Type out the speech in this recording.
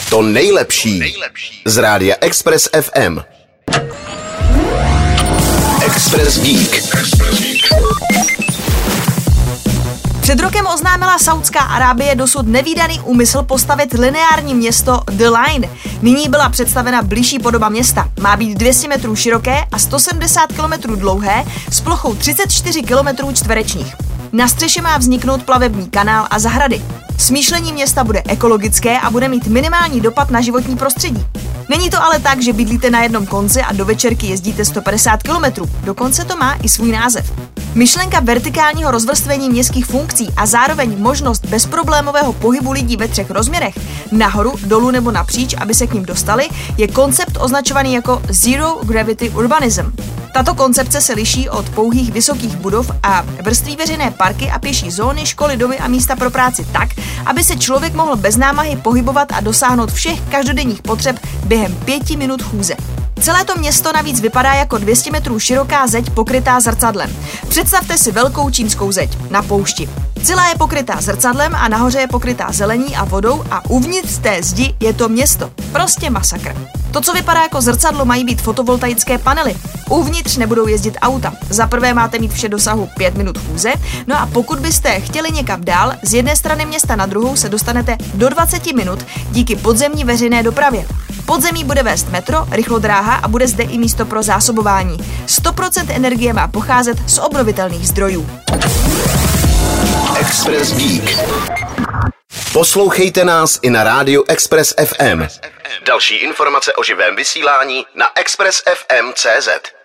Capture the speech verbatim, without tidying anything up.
To nejlepší z rádia Express F M. Express Geek. Před rokem oznámila Saudská Arábie dosud nevídaný úmysl postavit lineární město The Line. Nyní byla představena bližší podoba města. Má být dvě stě metrů široké a sto sedmdesát kilometrů dlouhé s plochou třicet čtyři kilometrů čtverečních. Na střeše má vzniknout plavební kanál a zahrady. Smýšlení města bude ekologické a bude mít minimální dopad na životní prostředí. Není to ale tak, že bydlíte na jednom konci a do večerky jezdíte sto padesát kilometrů. Dokonce to má i svůj název. Myšlenka vertikálního rozvrstvení městských funkcí a zároveň možnost bezproblémového pohybu lidí ve třech rozměrech, nahoru, dolů nebo napříč, aby se k ním dostali, je koncept označovaný jako Zero Gravity Urbanism. Tato koncepce se liší od pouhých vysokých budov a vrství veřejné parky a pěší zóny, školy, domy a místa pro práci tak, aby se člověk mohl bez námahy pohybovat a dosáhnout všech každodenních potřeb během pěti minut chůze. Celé to město navíc vypadá jako dvě stě metrů široká zeď pokrytá zrcadlem. Představte si velkou čínskou zeď na poušti. Celá je pokrytá zrcadlem a nahoře je pokrytá zelení a vodou a uvnitř té zdi je to město. Prostě masakr. To, co vypadá jako zrcadlo, mají být fotovoltaické panely. Uvnitř nebudou jezdit auta. Za prvé máte mít vše dosahu pět minut chůze, no a pokud byste chtěli někam dál, z jedné strany města na druhou se dostanete do dvacet minut díky podzemní veřejné dopravě. Podzemí bude vést metro, rychlodráha a bude zde i místo pro zásobování. sto procent energie má pocházet z obnovitelných zdrojů. Express Geek. Poslouchejte nás i na rádiu Express F M. Další informace o živém vysílání na express f m tečka cé zet.